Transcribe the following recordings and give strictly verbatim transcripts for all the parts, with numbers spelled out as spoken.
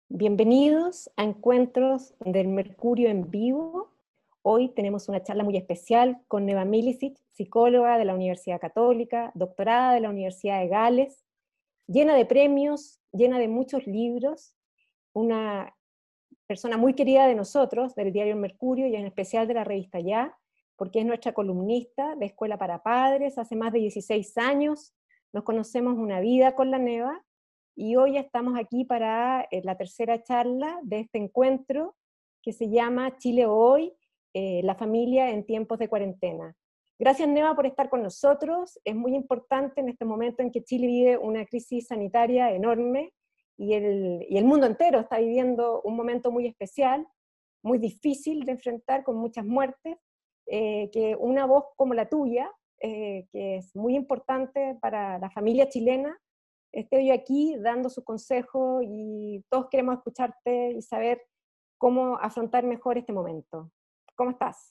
Bienvenidos a Encuentros del Mercurio en Vivo. Hoy tenemos una charla muy especial con Neva Milicic, psicóloga de la Universidad Católica, doctorada de la Universidad de Gales, llena de premios, llena de muchos libros, una persona muy querida de nosotros, del diario El Mercurio y en especial de la revista Ya, porque es nuestra columnista de Escuela para Padres hace más de dieciséis años. Nos conocemos una vida con la Neva y hoy estamos aquí para eh, la tercera charla de este encuentro que se llama Chile Hoy, eh, la familia en tiempos de cuarentena. Gracias, Neva, por estar con nosotros. Es muy importante en este momento en que Chile vive una crisis sanitaria enorme y el, y el mundo entero está viviendo un momento muy especial, muy difícil de enfrentar, con muchas muertes, eh, que una voz como la tuya, eh, que es muy importante para la familia chilena, esté hoy aquí dando sus consejos y todos queremos escucharte y saber cómo afrontar mejor este momento. ¿Cómo estás?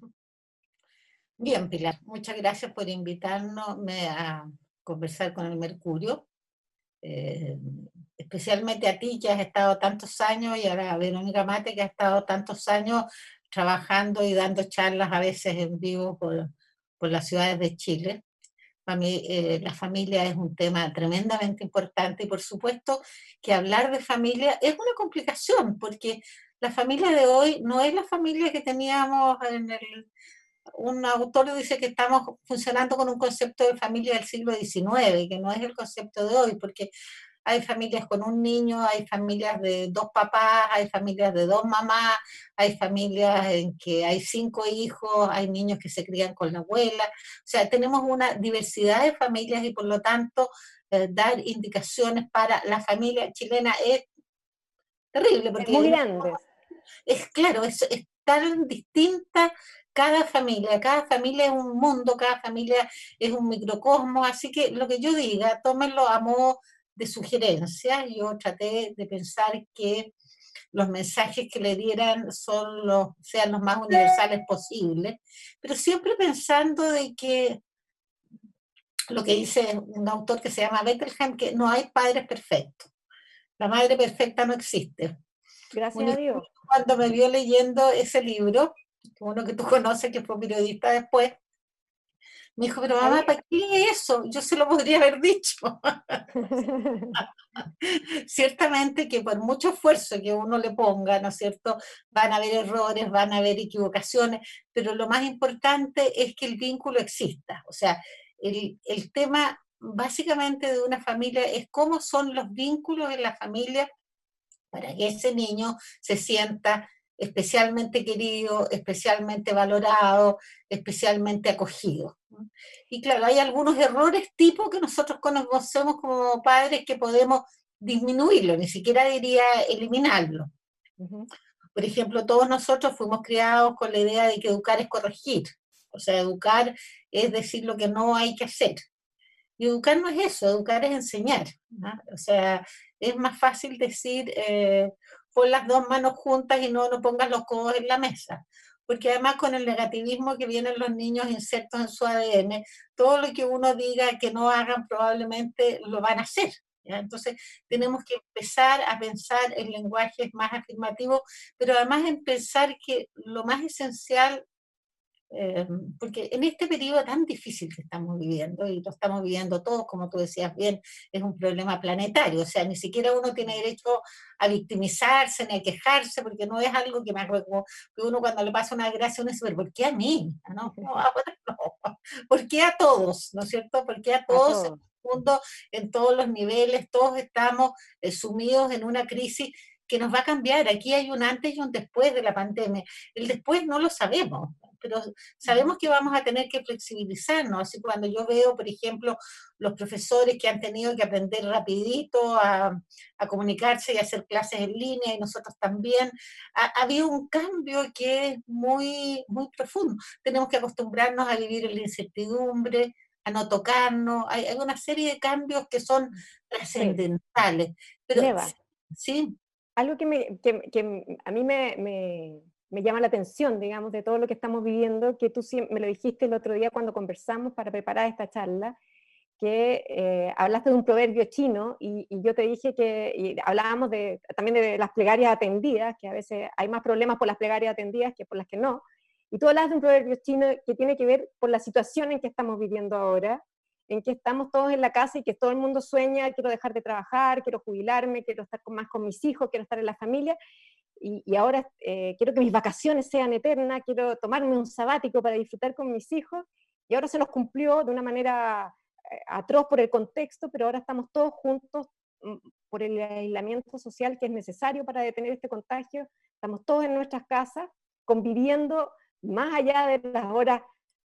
Bien, Pilar, muchas gracias por invitarme a conversar con el Mercurio, eh, especialmente a ti que has estado tantos años y ahora a Verónica Mate que ha estado tantos años trabajando y dando charlas a veces en vivo por, por las ciudades de Chile. Para mí eh, la familia es un tema tremendamente importante y por supuesto que hablar de familia es una complicación porque la familia de hoy no es la familia que teníamos en el... Un autor dice que estamos funcionando con un concepto de familia del siglo diecinueve, que no es el concepto de hoy, porque hay familias con un niño, hay familias de dos papás, hay familias de dos mamás, hay familias en que hay cinco hijos, hay niños que se crían con la abuela. O sea, tenemos una diversidad de familias y por lo tanto eh, dar indicaciones para la familia chilena es terrible, Es porque muy en grande. es claro, es, es tan distinta cada familia, cada familia es un mundo, cada familia es un microcosmos, así que lo que yo diga, tómenlo a modo de sugerencia. Yo traté de pensar que los mensajes que le dieran son los, sean los más universales posibles, pero siempre pensando de que lo que dice un autor que se llama Bettelheim, que no hay padres perfectos, la madre perfecta no existe. Un Gracias a hijo Dios. cuando me vio leyendo ese libro, uno que tú conoces, que fue periodista después, me dijo, pero mamá, Ahí- ¿para qué eso? Yo se lo podría haber dicho. Ciertamente que por mucho esfuerzo que uno le ponga, ¿no es cierto? Van a haber errores, van a haber equivocaciones, pero lo más importante es que el vínculo exista. O sea, el, el tema básicamente de una familia es cómo son los vínculos en la familia para que ese niño se sienta especialmente querido, especialmente valorado, especialmente acogido. Y claro, hay algunos errores tipo que nosotros conocemos como padres que podemos disminuirlo, ni siquiera diría eliminarlo. Ujú. Por ejemplo, todos nosotros fuimos criados con la idea de que educar es corregir, o sea, educar es decir lo que no hay que hacer. Y educar no es eso, educar es enseñar, ¿no? O sea, es más fácil decir, eh, pon las dos manos juntas y no, no pongas los codos en la mesa. Porque además con el negativismo que vienen los niños insertos en su A D N, todo lo que uno diga que no hagan probablemente lo van a hacer. ¿Ya? Entonces tenemos que empezar a pensar en lenguajes más afirmativos, pero además en pensar que lo más esencial eh, porque en este periodo tan difícil que estamos viviendo, y lo estamos viviendo todos, como tú decías bien, es un problema planetario, o sea, ni siquiera uno tiene derecho a victimizarse ni a quejarse, porque no es algo que me acuerdo, que uno cuando le pasa una desgracia, uno dice, pero ¿por qué a mí? No, no, no, ¿por qué a todos? ¿No es cierto? ¿Por qué a A todos en todos. el mundo, en todos los niveles, todos estamos eh, sumidos en una crisis que nos va a cambiar? Aquí hay un antes y un después de la pandemia. El después no lo sabemos, pero sabemos que vamos a tener que flexibilizarnos. Así cuando yo veo, por ejemplo, los profesores que han tenido que aprender rapidito a, a comunicarse y a hacer clases en línea, y nosotros también, ha, ha habido un cambio que es muy, muy profundo. Tenemos que acostumbrarnos a vivir en la incertidumbre, a no tocarnos. Hay, hay una serie de cambios que son Sí. trascendentales. Pero Neva, sí, algo que, me, que, que a mí me, me, me, llama la atención, digamos, de todo lo que estamos viviendo, que tú sí me lo dijiste el otro día cuando conversamos para preparar esta charla, que eh, hablaste de un proverbio chino y, y yo te dije que y hablábamos de, también de las plegarias atendidas, que a veces hay más problemas por las plegarias atendidas que por las que no. Y tú hablas de un proverbio chino que tiene que ver por la situación en que estamos viviendo ahora, en que estamos todos en la casa y que todo el mundo sueña, quiero dejar de trabajar, quiero jubilarme, quiero estar con, más con mis hijos, quiero estar en la familia, y, y ahora eh, quiero que mis vacaciones sean eternas, quiero tomarme un sabático para disfrutar con mis hijos, y ahora se los cumplió de una manera atroz por el contexto, pero ahora estamos todos juntos por el aislamiento social que es necesario para detener este contagio, estamos todos en nuestras casas, conviviendo más allá de las horas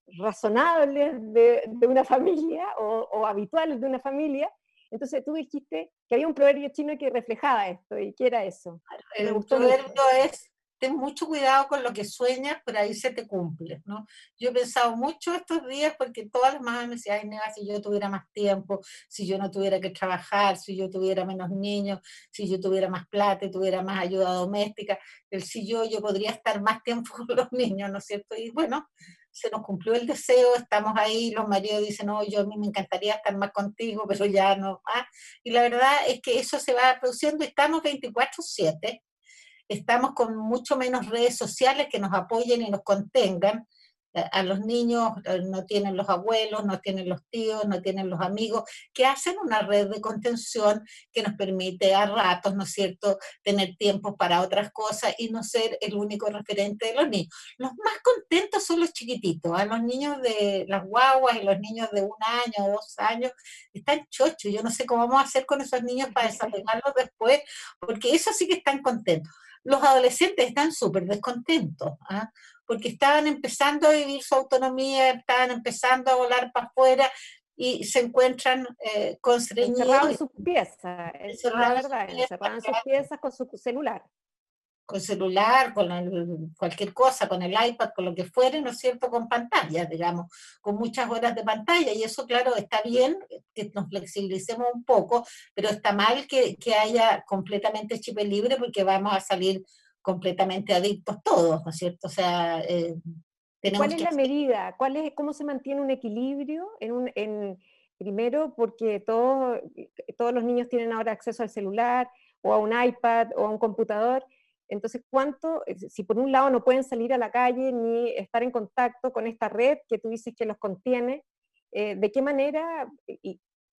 razonables de, de una familia o, o habituales de una familia. Entonces tú dijiste que había un proverbio chino que reflejaba esto, ¿y qué era eso? El Me gustó proverbio mucho. es: ten mucho cuidado con lo que sueñas, pero ahí se te cumple, ¿no? Yo he pensado mucho estos días porque todas las mamás me decían, ay, Neva, si yo tuviera más tiempo, si yo no tuviera que trabajar, si yo tuviera menos niños, si yo tuviera más plata y tuviera más ayuda doméstica, el si yo, yo podría estar más tiempo con los niños, ¿no es cierto? Y bueno, se nos cumplió el deseo, estamos ahí, los maridos dicen, no, yo a mí me encantaría estar más contigo, pero ya no más. Y la verdad es que eso se va produciendo, estamos veinticuatro siete, estamos con mucho menos redes sociales que nos apoyen y nos contengan. A los niños no tienen los abuelos, no tienen los tíos, no tienen los amigos, que hacen una red de contención que nos permite a ratos, ¿no es cierto?, tener tiempo para otras cosas y no ser el único referente de los niños. Los más contentos son los chiquititos, a los niños de las guaguas y los niños de un año o dos años están chochos. Yo no sé cómo vamos a hacer con esos niños para desapegarlos después, porque eso sí que están contentos. Los adolescentes están súper descontentos, ¿ah? Porque estaban empezando a vivir su autonomía, estaban empezando a volar para afuera y se encuentran eh, Encerrados en constreñidos. sus piezas, es la Encerrados en sus verdad, piezas, encerrados en sus piezas con su celular. con celular, con el, cualquier cosa, con el iPad, con lo que fuere, ¿no es cierto?, con pantallas, digamos, con muchas horas de pantalla, y eso, claro, está bien que nos flexibilicemos un poco, pero está mal que, que haya completamente chip libre, porque vamos a salir completamente adictos todos, ¿no es cierto? O sea, eh, ¿Y cuál tenemos es que... la medida? ¿Cuál es, cómo se mantiene un equilibrio? En un, en, primero, porque todos, todos los niños tienen ahora acceso al celular, o a un iPad, o a un computador. Entonces, ¿cuánto, si por un lado no pueden salir a la calle ni estar en contacto con esta red que tú dices que los contiene, eh, de qué manera y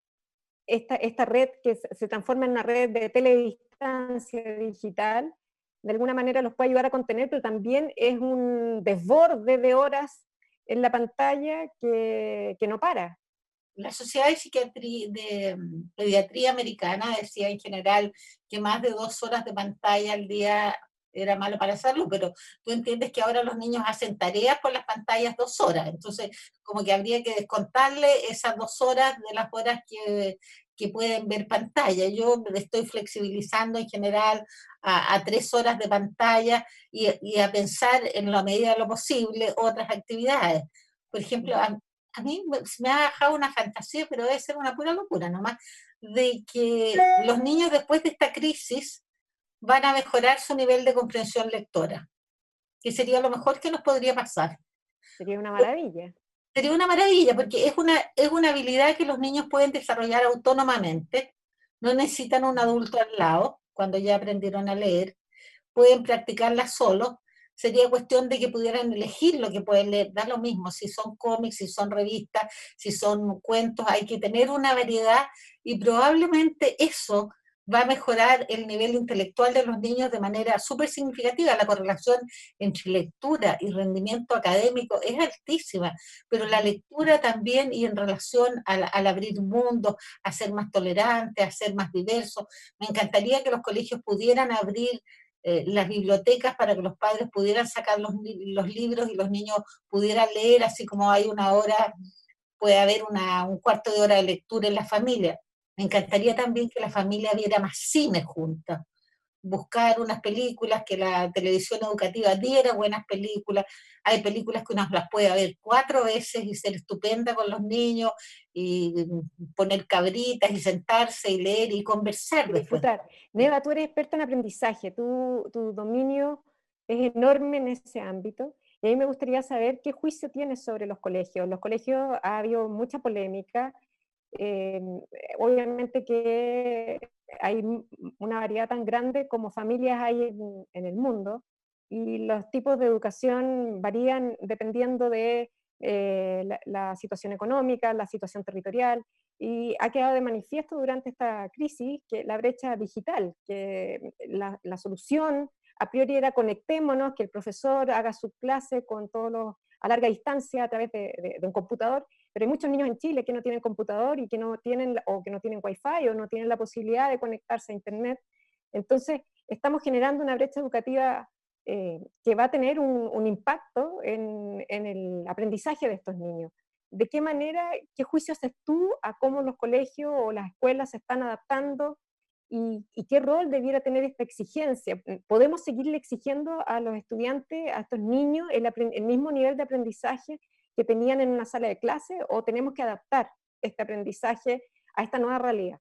esta, esta red que se transforma en una red de teledistancia digital, de alguna manera los puede ayudar a contener, pero también es un desborde de horas en la pantalla que, que no para? La Sociedad de, Psiquiatría, de Pediatría Americana decía en general que más de dos horas de pantalla al día era malo para la salud, pero tú entiendes que ahora los niños hacen tareas por las pantallas dos horas, entonces como que habría que descontarle esas dos horas de las horas que, que pueden ver pantalla. Yo me estoy flexibilizando en general a, a tres horas de pantalla y, y a pensar en la medida de lo posible otras actividades. Por ejemplo, a, a mí me ha dejado una fantasía, pero debe ser una pura locura nomás, de que los niños después de esta crisis van a mejorar su nivel de comprensión lectora, que sería lo mejor que nos podría pasar. Sería una maravilla. Sería una maravilla, porque es una, es una habilidad que los niños pueden desarrollar autónomamente, no necesitan un adulto al lado cuando ya aprendieron a leer, pueden practicarla solos. Sería cuestión de que pudieran elegir lo que pueden leer, da lo mismo, si son cómics, si son revistas, si son cuentos, hay que tener una variedad y probablemente eso va a mejorar el nivel intelectual de los niños de manera súper significativa. La correlación entre lectura y rendimiento académico es altísima, pero la lectura también y en relación al, al abrir mundos, a ser más tolerantes, a ser más diversos. Me encantaría que los colegios pudieran abrir Eh, las bibliotecas para que los padres pudieran sacar los, los libros y los niños pudieran leer, así como hay una hora, puede haber una, un cuarto de hora de lectura en la familia. Me encantaría también que la familia viera más cine juntas, buscar unas películas, que la televisión educativa diera buenas películas. Hay películas que uno las puede ver cuatro veces y ser estupenda con los niños, y poner cabritas y sentarse y leer y conversar Y después. disfrutar. Neva, tú eres experta en aprendizaje, tu, tu dominio es enorme en ese ámbito, y a mí me gustaría saber qué juicio tienes sobre los colegios. Los colegios, ha habido mucha polémica, eh, obviamente que hay una variedad tan grande como familias hay en, en el mundo, y los tipos de educación varían dependiendo de eh, la, la situación económica, la situación territorial, y ha quedado de manifiesto durante esta crisis que la brecha digital, que la, la solución a priori era conectémonos, que el profesor haga su clase con todos los, a larga distancia a través de, de, de un computador, pero hay muchos niños en Chile que no tienen computador y que no tienen, o que no tienen wifi, o no tienen la posibilidad de conectarse a internet. Entonces, estamos generando una brecha educativa eh, que va a tener un, un impacto en, en el aprendizaje de estos niños. ¿De qué manera, qué juicio haces tú a cómo los colegios o las escuelas se están adaptando y, y qué rol debiera tener esta exigencia? ¿Podemos seguirle exigiendo a los estudiantes, a estos niños, el, el mismo nivel de aprendizaje que tenían en una sala de clase, o tenemos que adaptar este aprendizaje a esta nueva realidad?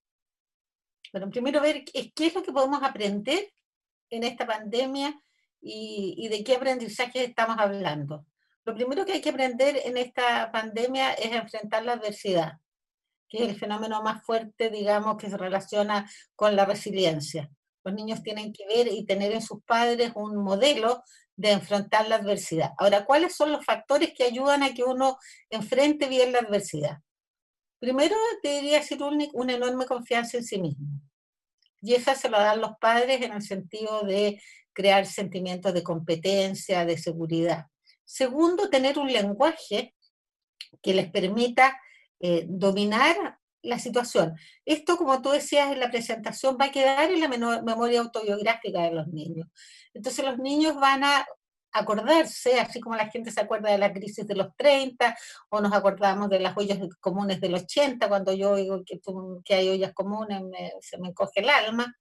Bueno, primero ver qué, qué es lo que podemos aprender en esta pandemia y, y de qué aprendizaje estamos hablando. Lo primero que hay que aprender en esta pandemia es enfrentar la adversidad, que es el fenómeno más fuerte, digamos, que se relaciona con la resiliencia. Los niños tienen que ver y tener en sus padres un modelo de enfrentar la adversidad. Ahora, ¿cuáles son los factores que ayudan a que uno enfrente bien la adversidad? Primero, debería ser un, una enorme confianza en sí mismo. Y esa se la dan los padres en el sentido de crear sentimientos de competencia, de seguridad. Segundo, tener un lenguaje que les permita eh, dominar la situación. Esto, como tú decías en la presentación, va a quedar en la memoria autobiográfica de los niños. Entonces los niños van a acordarse, así como la gente se acuerda de la crisis de los treinta, o nos acordamos de las ollas comunes del ochenta, cuando yo digo que, que hay ollas comunes, me, se me encoge el alma.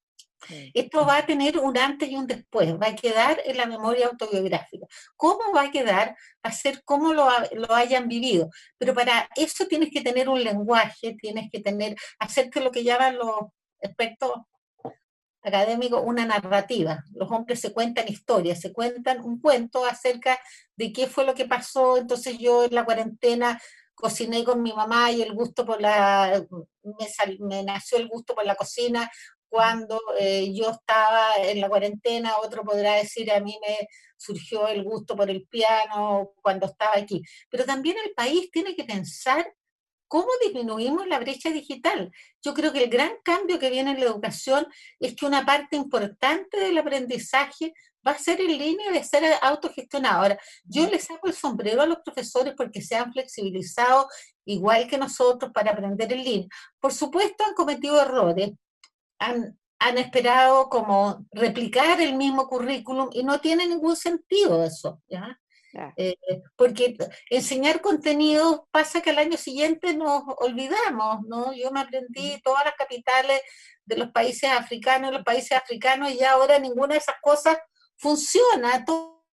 Esto va a tener un antes y un después, va a quedar en la memoria autobiográfica. ¿Cómo va a quedar? Va a ser cómo lo, lo hayan vivido. Pero para eso tienes que tener un lenguaje, tienes que tener, hacer que lo que llaman los expertos académicos una narrativa. Los hombres se cuentan historias, se cuentan un cuento acerca de qué fue lo que pasó. Entonces yo en la cuarentena cociné con mi mamá y el gusto por la, me, sal, me nació el gusto por la cocina. Cuando eh, yo estaba en la cuarentena, otro podrá decir, a mí me surgió el gusto por el piano cuando estaba aquí. Pero también el país tiene que pensar cómo disminuimos la brecha digital. Yo creo que el gran cambio que viene en la educación es que una parte importante del aprendizaje va a ser en línea de ser autogestionado. Ahora, yo les saco el sombrero a los profesores porque se han flexibilizado igual que nosotros para aprender en línea. Por supuesto, han cometido errores, han, han esperado como replicar el mismo currículum y no tiene ningún sentido eso, ¿ya? Yeah. Eh, porque enseñar contenidos pasa que al año siguiente nos olvidamos, ¿no? Yo me aprendí todas las capitales de los países africanos, los países africanos, y ya ahora ninguna de esas cosas funciona. Todo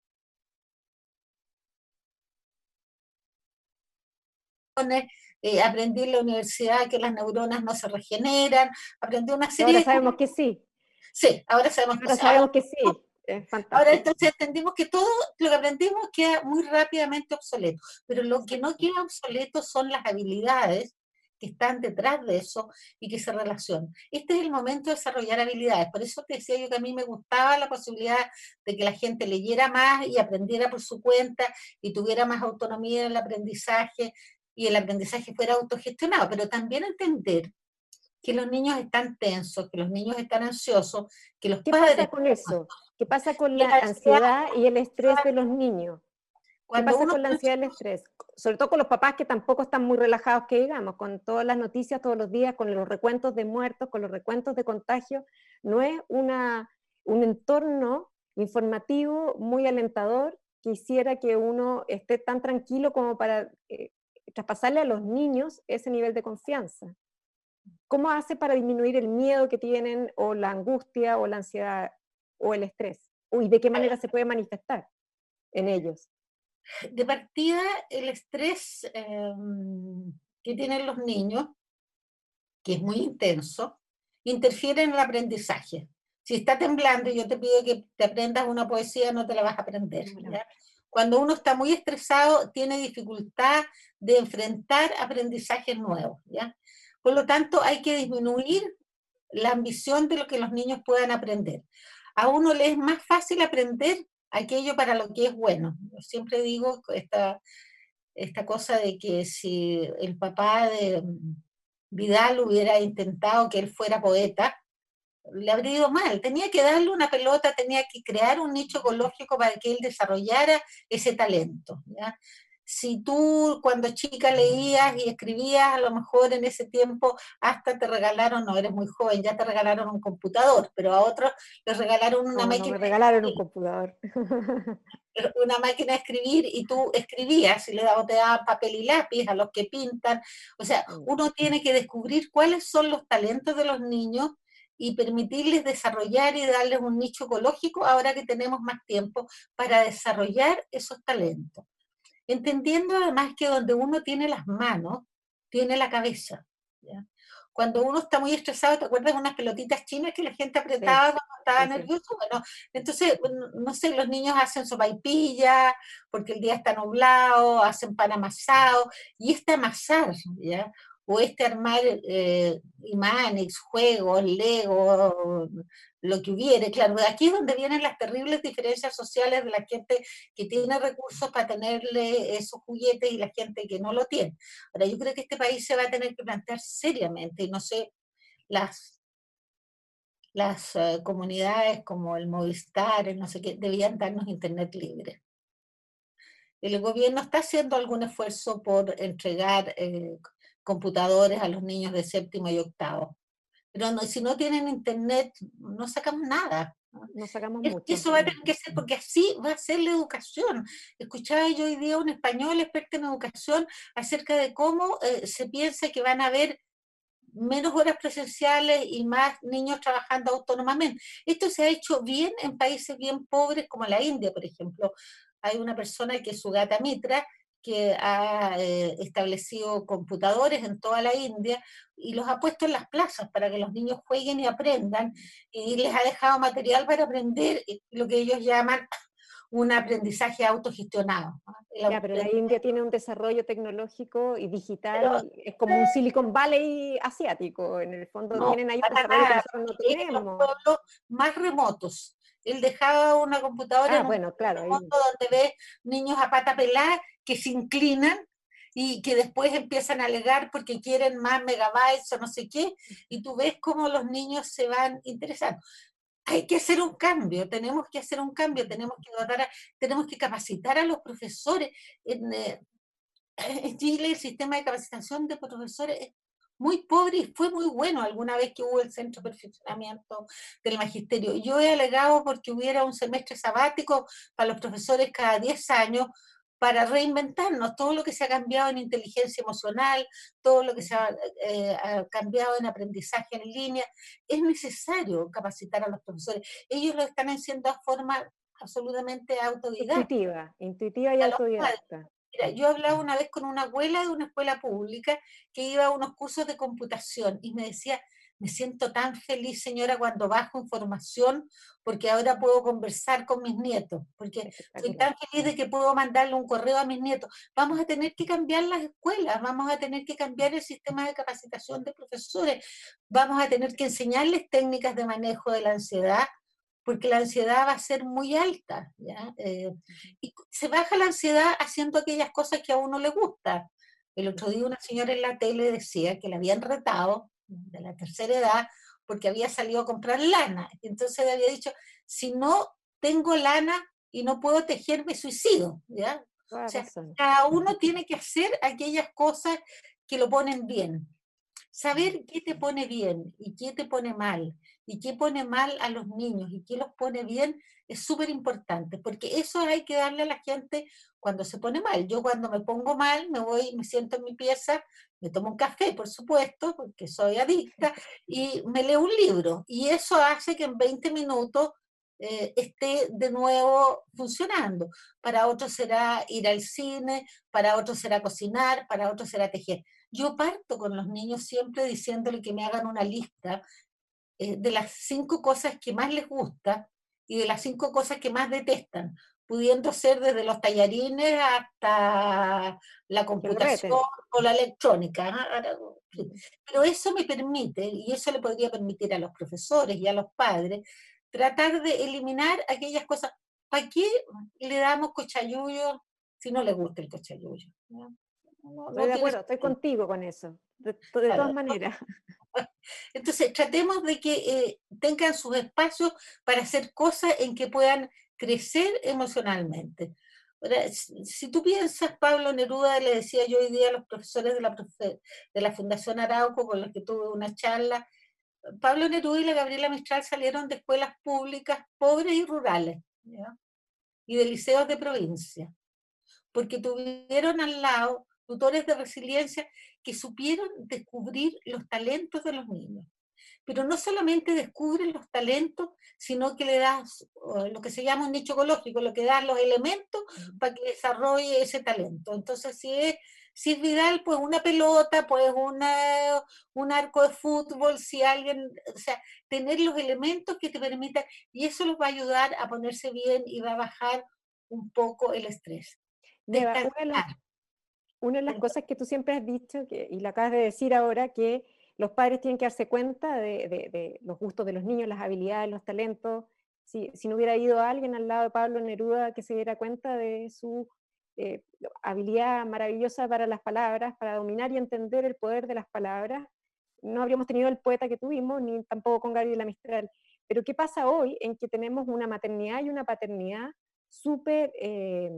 Eh, aprendí en la universidad que las neuronas no se regeneran, aprendí una Y serie ahora de cosas. sabemos que sí. Sí, ahora sabemos que Ahora sí. Ahora, sabemos que sí. Es ahora fantástico. entonces entendimos que todo lo que aprendimos queda muy rápidamente obsoleto, pero lo que no queda obsoleto son las habilidades que están detrás de eso y que se relacionan. Este es el momento de desarrollar habilidades. Por eso te decía yo que a mí me gustaba la posibilidad de que la gente leyera más y aprendiera por su cuenta y tuviera más autonomía en el aprendizaje y el aprendizaje fuera autogestionado, pero también entender que los niños están tensos, que los niños están ansiosos, que los ¿Qué padres... pasa con eso? ¿Qué pasa con Y la la ansiedad, ansiedad y el estrés de los niños? ¿Qué cuando pasa uno con la ansiedad y el estrés? Sobre todo con los papás que tampoco están muy relajados, que digamos, con todas las noticias todos los días, con los recuentos de muertos, con los recuentos de contagios. No es una, un entorno informativo muy alentador que hiciera que uno esté tan tranquilo como para eh, traspasarle a los niños ese nivel de confianza. ¿Cómo hace para disminuir el miedo que tienen, o la angustia, o la ansiedad, o el estrés? ¿Y de qué manera se puede manifestar en ellos? de partida, el estrés eh, que tienen los niños, que es muy intenso, interfiere en el aprendizaje. Si está temblando y yo te pido que te aprendas una poesía, no te la vas a aprender, ¿ya? Cuando uno está muy estresado, tiene dificultad de enfrentar aprendizajes nuevos, ¿ya? Por lo tanto, hay que disminuir la ambición de lo que los niños puedan aprender. A uno le es más fácil aprender aquello para lo que es bueno. Yo siempre digo esta, esta cosa de que si el papá de Vidal hubiera intentado que él fuera poeta, le habría ido mal. Tenía que darle una pelota, tenía que crear un nicho ecológico para que él desarrollara ese talento, ¿ya? Si tú cuando chica leías y escribías, a lo mejor en ese tiempo hasta te regalaron, no eres muy joven, ya te regalaron un computador, pero a otros les regalaron una No, no me máquina de regalaron un escribir, computador. una máquina de escribir y tú escribías y le daban, te daban papel y lápiz a los que pintan. O sea, uno tiene que descubrir cuáles son los talentos de los niños y permitirles desarrollar y darles un nicho ecológico ahora que tenemos más tiempo para desarrollar esos talentos. Entendiendo además que donde uno tiene las manos, tiene la cabeza, ¿ya? Cuando uno está muy estresado, ¿te acuerdas de unas pelotitas chinas que la gente Sí, apretaba cuando estaba sí, sí. nervioso? Bueno, entonces, no sé, los niños hacen sopaipilla, porque el día está nublado, hacen pan amasado, y este amasar, ¿ya? O este armar eh, imanes, juegos, Lego, lo que hubiere, claro, aquí es donde vienen las terribles diferencias sociales de la gente que tiene recursos para tenerle esos juguetes y la gente que no lo tiene. Ahora, yo creo que este país se va a tener que plantear seriamente, y no sé, las, las uh, comunidades como el Movistar, el no sé qué, debían darnos internet libre. El gobierno está haciendo algún esfuerzo por entregar eh, computadores a los niños de séptimo y octavo, pero no, si no tienen internet, no sacamos nada. No sacamos Es que mucho. eso va a tener que ser, porque así va a ser la educación. Escuchaba yo hoy día un español experto en educación acerca de cómo eh, se piensa que van a haber menos horas presenciales y más niños trabajando autónomamente. Esto se ha hecho bien en países bien pobres como la India, por ejemplo. Hay una persona que es Sugata Mitra, que ha eh, establecido computadores en toda la India y los ha puesto en las plazas para que los niños jueguen y aprendan, y les ha dejado material para aprender lo que ellos llaman un aprendizaje autogestionado, ¿no? Ya, pero la India tiene un desarrollo tecnológico y digital, es como un Silicon Valley asiático, en el fondo No, tienen ahí un para desarrollo que nada, nosotros no es en los tenemos. pueblos más remotos. Él dejaba una computadora Ah, en un bueno, pueblo claro, ahí, remoto donde ve niños a pata pelada que se inclinan y que después empiezan a alegar porque quieren más megabytes o no sé qué, y tú ves cómo los niños se van interesando. Hay que hacer un cambio, tenemos que hacer un cambio, tenemos que dotar a- tenemos que capacitar a los profesores. En, eh, en Chile el sistema de capacitación de profesores es muy pobre y fue muy bueno alguna vez que hubo el centro de perfeccionamiento del magisterio. Yo he alegado porque hubiera un semestre sabático para los profesores cada diez años para reinventarnos todo lo que se ha cambiado en inteligencia emocional, todo lo que se ha, eh, ha cambiado en aprendizaje en línea. Es necesario capacitar a los profesores. Ellos lo están haciendo de forma absolutamente autodidacta. intuitiva, intuitiva y A los padres. autodidacta. Mira, yo hablaba una vez con una abuela de una escuela pública que iba a unos cursos de computación y me decía, me siento tan feliz, señora, cuando bajo información, porque ahora puedo conversar con mis nietos, porque soy Espectacular. tan feliz de que puedo mandarle un correo a mis nietos. Vamos a tener que cambiar las escuelas, vamos a tener que cambiar el sistema de capacitación de profesores, vamos a tener que enseñarles técnicas de manejo de la ansiedad, porque la ansiedad va a ser muy alta, ¿ya? Eh, y se baja la ansiedad haciendo aquellas cosas que a uno le gusta. El otro día una señora en la tele decía que la habían retado de la tercera edad porque había salido a comprar lana. Entonces le había dicho, si no tengo lana y no puedo tejer, me suicido, ¿ya? O Toda sea, razón. cada uno tiene que hacer aquellas cosas que lo ponen bien. Saber qué te pone bien y qué te pone mal, y qué pone mal a los niños y qué los pone bien, es súper importante, porque eso hay que darle a la gente cuando se pone mal. Yo cuando me pongo mal, me voy, me siento en mi pieza, me tomo un café, por supuesto, porque soy adicta, y me leo un libro. Y eso hace que en veinte minutos eh, esté de nuevo funcionando. Para otros será ir al cine, para otros será cocinar, para otros será tejer. Yo parto con los niños siempre diciéndole que me hagan una lista eh, de las cinco cosas que más les gusta y de las cinco cosas que más detestan, pudiendo ser desde los tallarines hasta la computación Churrete. o la electrónica. ¿Ah? Pero eso me permite, y eso le podría permitir a los profesores y a los padres, tratar de eliminar aquellas cosas. ¿Para qué le damos cochayuyo si no le gusta el cochayuyo? No, no, Estoy no de tiene acuerdo, estoy sentido. contigo con eso, de, to- de todas Claro. maneras. Entonces, tratemos de que eh, tengan sus espacios para hacer cosas en que puedan crecer emocionalmente. Ahora, si, si tú piensas, Pablo Neruda, le decía yo hoy día a los profesores de la, profe- de la Fundación Arauco, con los que tuve una charla, Pablo Neruda y la Gabriela Mistral salieron de escuelas públicas pobres y rurales, ¿ya? Y de liceos de provincia, porque tuvieron al lado tutores de resiliencia que supieron descubrir los talentos de los niños. Pero no solamente descubren los talentos, sino que le das uh, lo que se llama un nicho ecológico, lo que da los elementos para que desarrolle ese talento. Entonces, si es, si es Vidal, pues una pelota, pues una, un arco de fútbol, si alguien, o sea, tener los elementos que te permitan, y eso los va a ayudar a ponerse bien y va a bajar un poco el estrés. Neva, una de las, Descansar. una de las cosas que tú siempre has dicho, que, y lo acabas de decir ahora, que los padres tienen que darse cuenta de, de- de los gustos de los niños, las habilidades, los talentos. Si, si no hubiera ido alguien al lado de Pablo Neruda que se diera cuenta de su eh, habilidad maravillosa para las palabras, para dominar y entender el poder de las palabras, no habríamos tenido el poeta que tuvimos, ni tampoco con Gabriela Mistral. Pero ¿qué pasa hoy en que tenemos una maternidad y una paternidad súper... eh,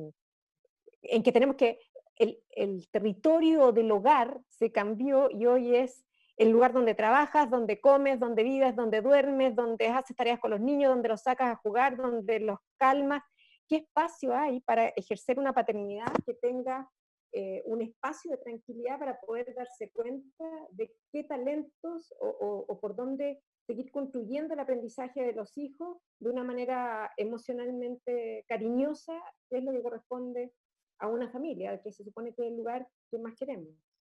en que tenemos que, el, el territorio del hogar se cambió y hoy es el lugar donde trabajas, donde comes, donde vives, donde duermes, donde haces tareas con los niños, donde los sacas a jugar, donde los calmas? ¿Qué espacio hay para ejercer una paternidad que tenga eh, un espacio de tranquilidad para poder darse cuenta de qué talentos o, o, o por dónde seguir construyendo el aprendizaje de los hijos de una manera emocionalmente cariñosa, que es lo que corresponde a una familia, que se supone que es el lugar que más queremos?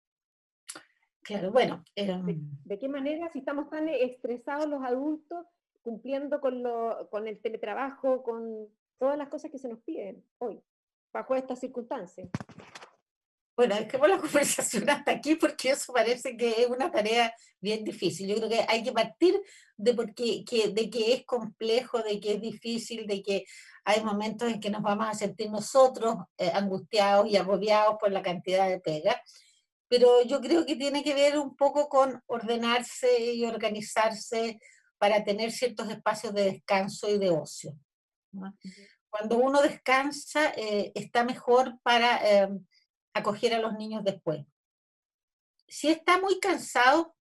Claro, bueno. Eh, ¿De, de qué manera, si estamos tan estresados los adultos, cumpliendo con, lo, con el teletrabajo, con todas las cosas que se nos piden hoy, bajo estas circunstancias? Bueno, dejemos la conversación hasta aquí porque eso parece que es una tarea bien difícil. Yo creo que hay que partir de, porque, que, de que es complejo, de que es difícil, de que hay momentos en que nos vamos a sentir nosotros eh, angustiados y agobiados por la cantidad de pega. Pero yo creo que tiene que ver un poco con ordenarse y organizarse para tener ciertos espacios de descanso y de ocio, ¿no? Cuando uno descansa, eh, está mejor para eh, acoger a los niños después. Si está muy cansado,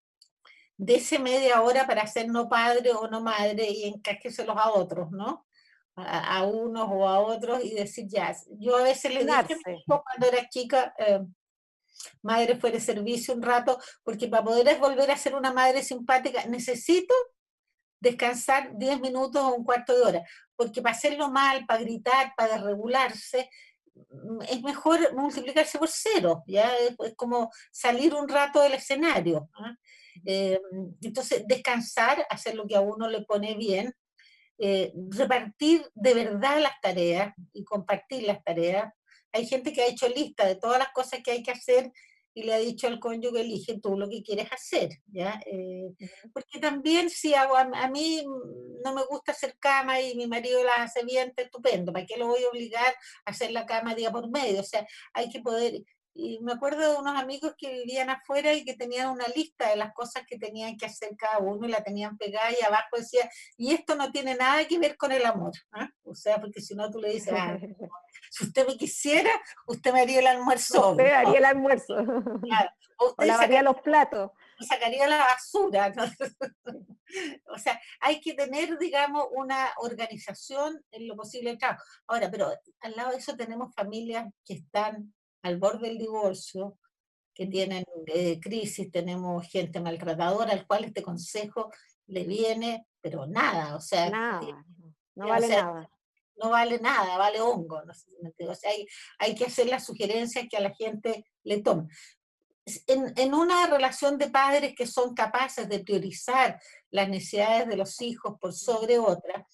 dése media hora para ser no padre o no madre y encájeselos a otros, ¿no? A, a unos o a otros y decir ya. Yo a veces le dije a mi Darse. hijo cuando era chica, eh, madre fuera de servicio un rato, porque para poder volver a ser una madre simpática necesito descansar diez minutos o un cuarto de hora, porque para hacerlo mal, para gritar, para desregularse, es mejor multiplicarse por cero, ¿ya? Es, es como salir un rato del escenario, ¿eh? Eh, entonces, descansar, hacer lo que a uno le pone bien, eh, repartir de verdad las tareas y compartir las tareas. Hay gente que ha hecho lista de todas las cosas que hay que hacer y le ha dicho al cónyuge, elige tú lo que quieres hacer, ¿ya? Eh, Uh-huh. porque también si hago, a, a, mí no me gusta hacer cama y mi marido la hace bien, está estupendo, ¿para qué lo voy a obligar a hacer la cama día por medio? O sea, hay que poder... Y me acuerdo de unos amigos que vivían afuera y que tenían una lista de las cosas que tenían que hacer cada uno y la tenían pegada y abajo decía, y esto no tiene nada que ver con el amor, ¿eh? O sea, porque si no tú le dices, ah, si usted me quisiera, usted me haría el almuerzo hoy, Usted ¿no? haría el almuerzo. Claro. O O usted lavaría sacaría, los platos. sacaría la basura, ¿no? O sea, hay que tener, digamos, una organización en lo posible del trabajo. Ahora, pero al lado de eso tenemos familias que están al borde del divorcio, que tienen eh, crisis, tenemos gente maltratadora, al cual este consejo le viene, pero nada, o sea, Nada, no o vale sea, nada. no vale nada, vale hongo, no sé si me entiendo. O sea, hay, hay que hacer las sugerencias que a la gente le tome. En, en una relación de padres que son capaces de priorizar las necesidades de los hijos por sobre otras,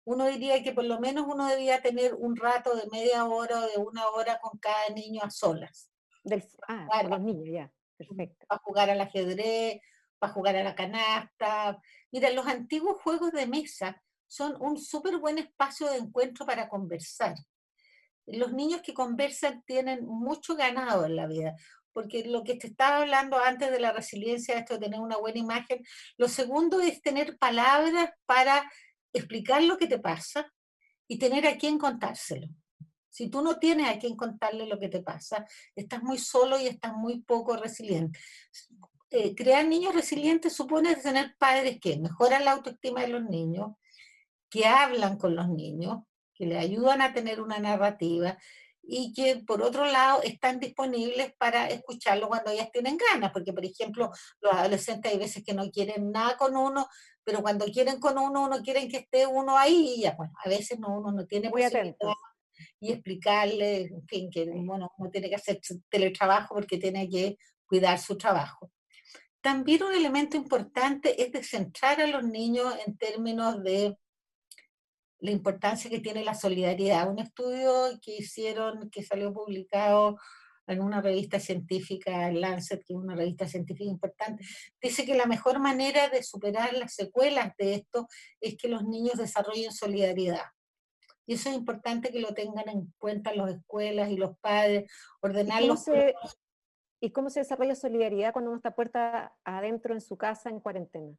uno diría que por lo menos uno debía tener un rato de media hora o de una hora con cada niño a solas. Del, ah, Para con los niños, ya, perfecto. jugar al ajedrez, para jugar a la canasta. Mira, los antiguos juegos de mesa son un súper buen espacio de encuentro para conversar. Los niños que conversan tienen mucho ganado en la vida, porque lo que te estaba hablando antes de la resiliencia, esto de tener una buena imagen, lo segundo es tener palabras para explicar lo que te pasa y tener a quién contárselo. Si tú no tienes a quién contarle lo que te pasa, estás muy solo y estás muy poco resiliente. Eh, crear niños resilientes supone tener padres que mejoran la autoestima de los niños, que hablan con los niños, que les ayudan a tener una narrativa y que por otro lado están disponibles para escucharlo cuando ellas tienen ganas, porque por ejemplo los adolescentes hay veces que no quieren nada con uno, pero cuando quieren con uno, uno quieren que esté uno ahí y ya, bueno, a veces no, uno no tiene Muy posibilidad atentos. y explicarle, en fin, que Sí. bueno, uno tiene que hacer teletrabajo porque tiene que cuidar su trabajo. También un elemento importante es descentrar a los niños en términos de la importancia que tiene la solidaridad. Un estudio que hicieron, que salió publicado en una revista científica, Lancet, que es una revista científica importante, dice que la mejor manera de superar las secuelas de esto es que los niños desarrollen solidaridad. Y eso es importante que lo tengan en cuenta las escuelas y los padres, ¿Y ordenar cómo los... se, y cómo se desarrolla solidaridad cuando uno está puerta adentro en su casa en cuarentena?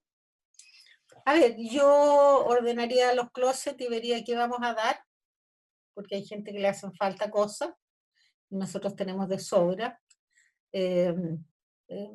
A ver, yo ordenaría los closets y vería qué vamos a dar, porque hay gente que le hacen falta cosas, y nosotros tenemos de sobra. Eh, eh,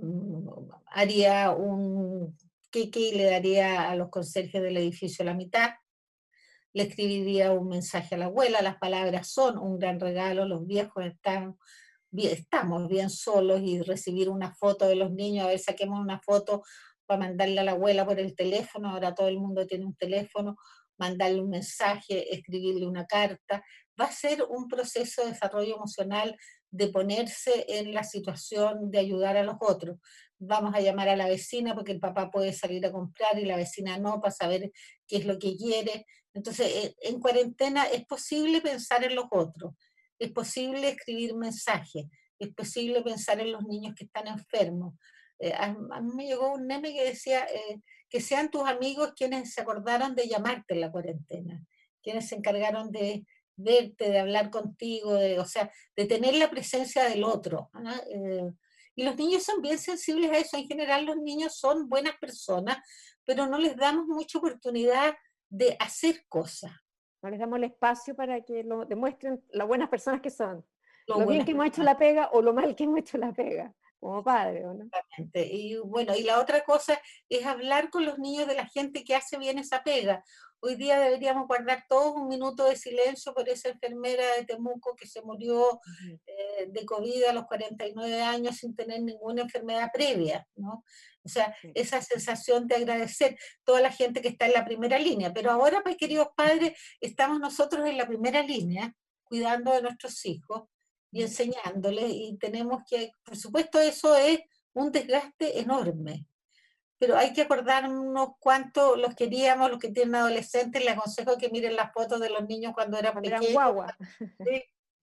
Haría un queque y le daría a los conserjes del edificio la mitad. Le escribiría un mensaje a la abuela, las palabras son un gran regalo, los viejos están bien, estamos bien solos y recibir una foto de los niños, a ver, saquemos una foto para mandarle a la abuela por el teléfono, ahora todo el mundo tiene un teléfono, mandarle un mensaje, escribirle una carta, va a ser un proceso de desarrollo emocional de ponerse en la situación de ayudar a los otros. Vamos a llamar a la vecina porque el papá puede salir a comprar y la vecina no, para saber qué es lo que quiere. Entonces, en cuarentena es posible pensar en los otros, es posible escribir mensajes, es posible pensar en los niños que están enfermos. Eh, a, a, mí me llegó un meme que decía eh, que sean tus amigos quienes se acordaron de llamarte en la cuarentena, quienes se encargaron de verte, de hablar contigo, de, o sea, de tener la presencia del otro. ¿no? Eh, y los niños son bien sensibles a eso. En general los niños son buenas personas, pero no les damos mucha oportunidad de hacer cosas. No les damos el espacio para que lo demuestren las buenas personas que son, Lo lo bien buenas que hemos hecho personas. la pega o lo mal que hemos hecho la pega, como padre, ¿o no? Y bueno, y la otra cosa es hablar con los niños de la gente que hace bien esa pega. Hoy día deberíamos guardar todos un minuto de silencio por esa enfermera de Temuco que se murió Ujú. eh, de COVID a los cuarenta y nueve años sin tener ninguna enfermedad previa, ¿no? O sea, Sí. esa sensación de agradecer toda la gente que está en la primera línea. Pero ahora, pues, queridos padres, estamos nosotros en la primera línea, cuidando de nuestros hijos y enseñándoles, y tenemos que, por supuesto, eso es un desgaste enorme, pero hay que acordarnos cuánto los queríamos, los que tienen adolescentes, les aconsejo que miren las fotos de los niños cuando eran Cuando eran pequeños, guagua. ¿sí?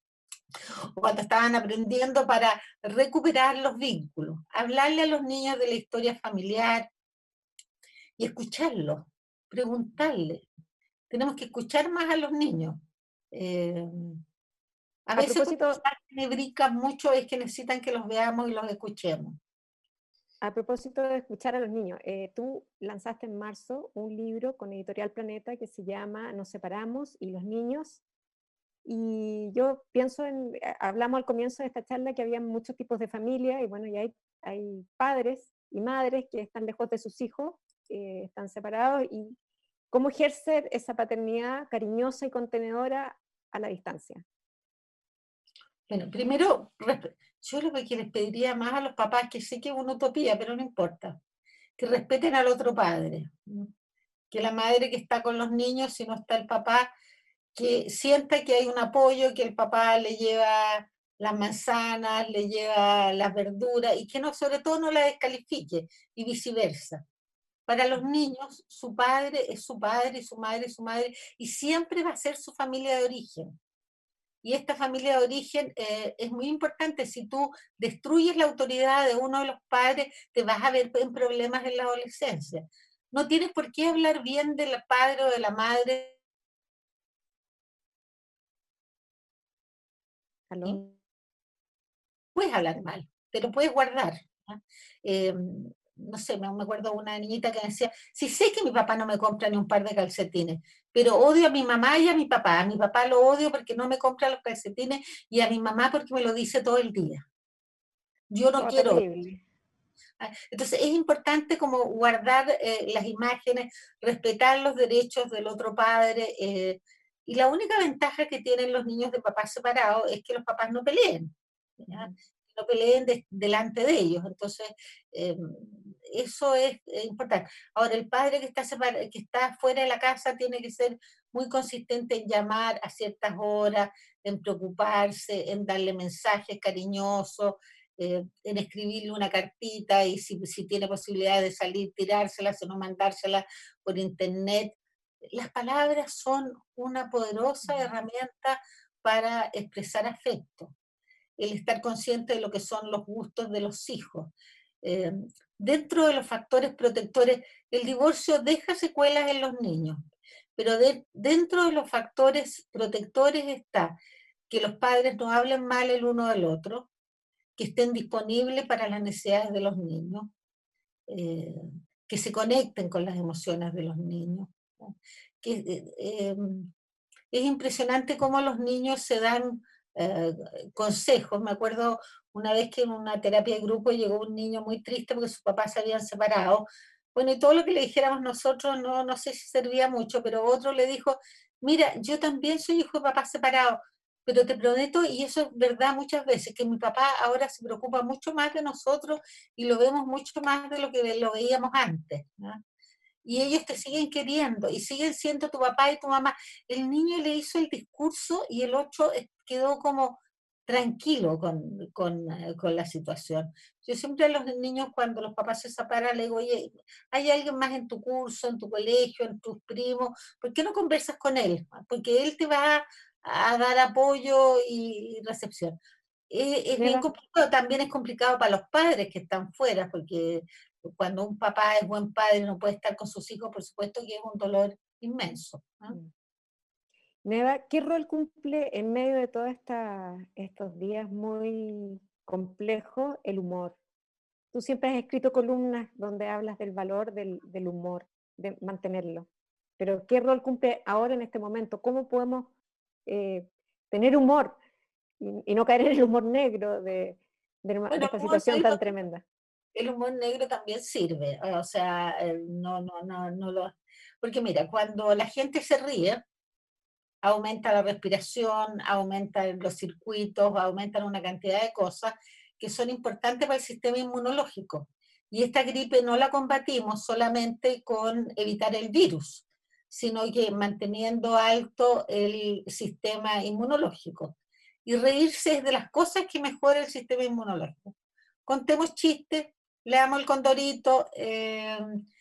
Cuando estaban aprendiendo para recuperar los vínculos, hablarle a los niños de la historia familiar y escucharlos, preguntarles. Tenemos que escuchar más a los niños. Eh, a A veces propósito, cuando me brincan mucho es que necesitan que los veamos y los escuchemos. a propósito de escuchar a los niños, eh, tú lanzaste en marzo un libro con Editorial Planeta que se llama Nos separamos y los niños. Y yo pienso en, eh, hablamos al comienzo de esta charla que había muchos tipos de familia y bueno, ya hay, hay padres y madres que están lejos de sus hijos, eh, están separados y cómo ejercer esa paternidad cariñosa y contenedora a la distancia. Bueno, primero, yo lo que les pediría más a los papás, que sé que es una utopía, pero no importa, que respeten al otro padre, que la madre que está con los niños, si no está el papá, que sienta que hay un apoyo, que el papá le lleva las manzanas, le lleva las verduras, y que no, sobre todo no la descalifique, y viceversa. Para los niños, su padre es su padre, y su madre es su madre, y siempre va a ser su familia de origen. Y esta familia de origen eh, es muy importante. Si tú destruyes la autoridad de uno de los padres, te vas a ver en problemas en la adolescencia. No tienes por qué hablar bien del padre o de la madre. ¿Aló? Puedes hablar mal, te lo puedes guardar. ¿no? Eh, no sé, me, me acuerdo de una niñita que decía, sí sé que mi papá no me compra ni un par de calcetines, pero odio a mi mamá y a mi papá. A mi papá lo odio porque no me compra los calcetines y a mi mamá porque me lo dice todo el día. Yo no Oh, quiero. terrible. Entonces es importante como guardar eh, las imágenes, respetar los derechos del otro padre. Eh, y la única ventaja que tienen los niños de papás separados es que los papás no peleen. ¿ya? No peleen de, delante de ellos. Entonces, eh, eso es eh, importante. Ahora, el padre que está, separ que está fuera de la casa tiene que ser muy consistente en llamar a ciertas horas, en preocuparse, en darle mensajes cariñosos, eh, en escribirle una cartita y si, si tiene posibilidad de salir, tirársela, si no mandársela por internet. Las palabras son una poderosa herramienta para expresar afecto, el estar consciente de lo que son los gustos de los hijos. Eh, dentro de los factores protectores, el divorcio deja secuelas en los niños, pero de, dentro de los factores protectores está que los padres no hablen mal el uno del otro, que estén disponibles para las necesidades de los niños, eh, que se conecten con las emociones de los niños. ¿no? Que, eh, eh, es impresionante cómo los niños se dan eh, consejos. Me acuerdo una vez que en una terapia de grupo llegó un niño muy triste porque sus papás se habían separado. Bueno, y todo lo que le dijéramos nosotros, no, no sé si servía mucho, pero otro le dijo, mira, yo también soy hijo de papás separados, pero te prometo, y eso es verdad muchas veces, que mi papá ahora se preocupa mucho más de nosotros y lo vemos mucho más de lo que lo veíamos antes. ¿no? Y ellos te siguen queriendo y siguen siendo tu papá y tu mamá. El niño le hizo el discurso y el otro quedó como tranquilo con, con, eh, con la situación. Yo siempre a los niños cuando los papás se separan le digo, oye, ¿hay alguien más en tu curso, en tu colegio, en tus primos? ¿Por qué no conversas con él? Porque él te va a, a dar apoyo y, y recepción. Es, es bien Neva, complicado, también es complicado para los padres que están fuera, porque cuando un papá es buen padre y no puede estar con sus hijos, por supuesto que es un dolor inmenso. ¿no? Neva, ¿qué rol cumple en medio de todos estos días muy complejos el humor? Tú siempre has escrito columnas donde hablas del valor del, del humor, de mantenerlo. Pero ¿qué rol cumple ahora en este momento? ¿Cómo podemos eh, tener humor y, y, no caer en el humor negro de, de, de Bueno, esta el humor situación negro, tan tremenda? el humor negro también sirve, o sea, no, no, no, no lo... Porque mira, cuando la gente se ríe, aumenta la respiración, aumentan los circuitos, aumentan una cantidad de cosas que son importantes para el sistema inmunológico. Y esta gripe no la combatimos solamente con evitar el virus, sino que manteniendo alto el sistema inmunológico. Y reírse es de las cosas que mejora el sistema inmunológico. Contemos chistes, leamos el condorito, eh,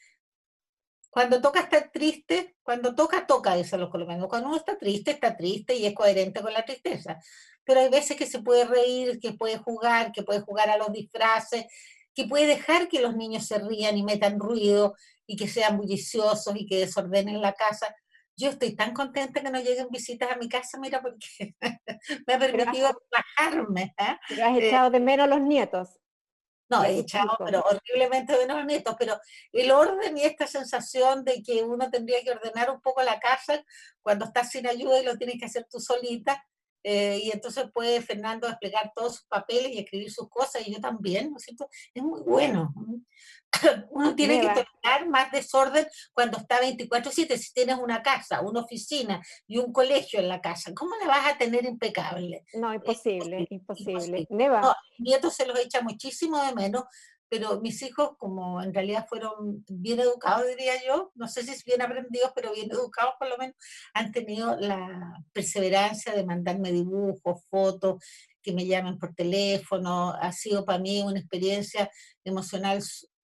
cuando toca estar triste, cuando toca, toca, dicen los colombianos. Cuando uno está triste, está triste y es coherente con la tristeza. Pero hay veces que se puede reír, que puede jugar, que puede jugar a los disfraces, que puede dejar que los niños se rían y metan ruido y que sean bulliciosos y que desordenen la casa. Yo estoy tan contenta que no lleguen visitas a mi casa, mira, porque me ha Pero has, permitido relajarme. ¿eh? pero has Eh, echado de menos a los nietos no, y a he tus echado, hijos. pero horriblemente de los nietos, pero el orden y esta sensación de que uno tendría que ordenar un poco la casa cuando estás sin ayuda y lo tienes que hacer tú solita, eh, y entonces puede Fernando desplegar todos sus papeles y escribir sus cosas, y yo también, ¿no es cierto? Es muy bueno. Uno tiene que Neva, tolerar más desorden cuando está veinticuatro siete. Si tienes una casa, una oficina y un colegio en la casa, ¿cómo la vas a tener impecable? no, Es imposible, imposible, imposible. imposible. No, Neva, nietos se los echa muchísimo de menos, pero mis hijos, como en realidad fueron bien educados, diría yo, no sé si es bien aprendidos, pero bien educados por lo menos, han tenido la perseverancia de mandarme dibujos, fotos, que me llamen por teléfono. Ha sido para mí una experiencia emocional